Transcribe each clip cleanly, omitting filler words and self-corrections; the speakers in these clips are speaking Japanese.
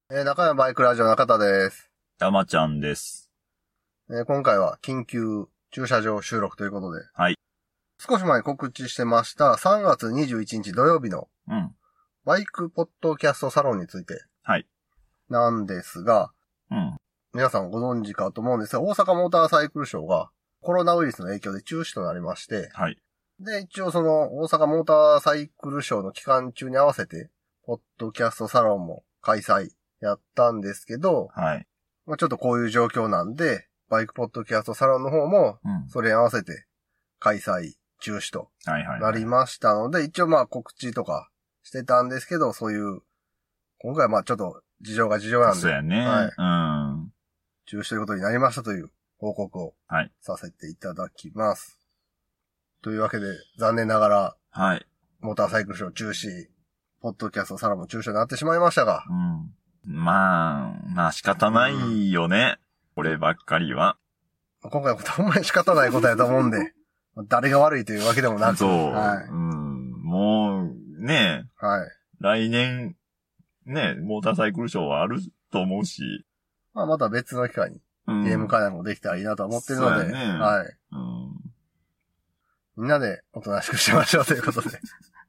中山バイクラジオ中田です。 山ちゃんです。 今回は緊急駐車場収録ということで。 はい。 少し前に告知してました3月21日土曜日のバイクポッドキャストサロンについて。 はい。 なんですが、皆さんご存知かと思うんですが、大阪モーターサイクルショーがコロナウイルスの影響で中止となりまして。 はい。 で、一応その大阪モーターサイクルショーの期間中に合わせて、ポッドキャストサロンも開催やったんですけど、 はい。 ちょっとこういう状況なんで、バイクポッドキャストサロンの方も、それに合わせて開催中止となりましたので、一応告知とかしてたんですけど、そういう、今回はちょっと事情なんで。 そうやね。 はい。中止ということになりましたという報告をさせていただきます。というわけで、残念ながら、 はい。 モーターサイクルショー中止、ポッドキャストサロンも中止になってしまいましたが、 まあ仕方ないよね。こればっかりは。 今回はほんまに仕方ないことやと思うんで、誰が悪いというわけでもなく。 そう。 はい。 もう、ね。 はい。 来年、ね、モーターサイクルショーはあると思うし。 また別の機会に、ゲーム開発もできたらいいなと思ってるので、 ね、 はい。みんなでおとなしくしましょうということで。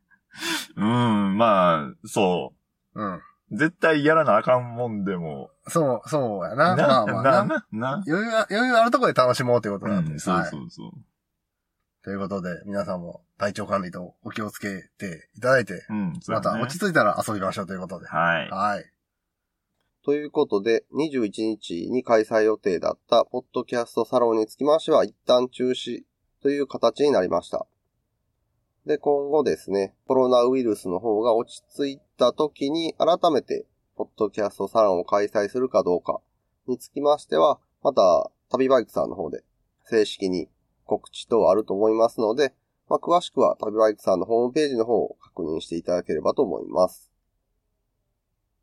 まあ、そう。絶対やらなあかんもんでも。 そうやな。 な。 余裕あるところで楽しもうということなんで。 そう。 ということで、皆さんも体調管理とお気をつけていただいて、また落ち着いたら遊びましょうということで。 はい。 はい。ということで、21日に開催予定だったポッドキャストサロンにつきましては一旦中止という形になりました。で、今後ですね、コロナウイルスの方が落ち着いた時に改めて、ポッドキャストサロンを開催するかどうかにつきましては、また、旅バイクさんの方で正式に告知等あると思いますので、詳しくは旅バイクさんのホームページの方を確認していただければと思います。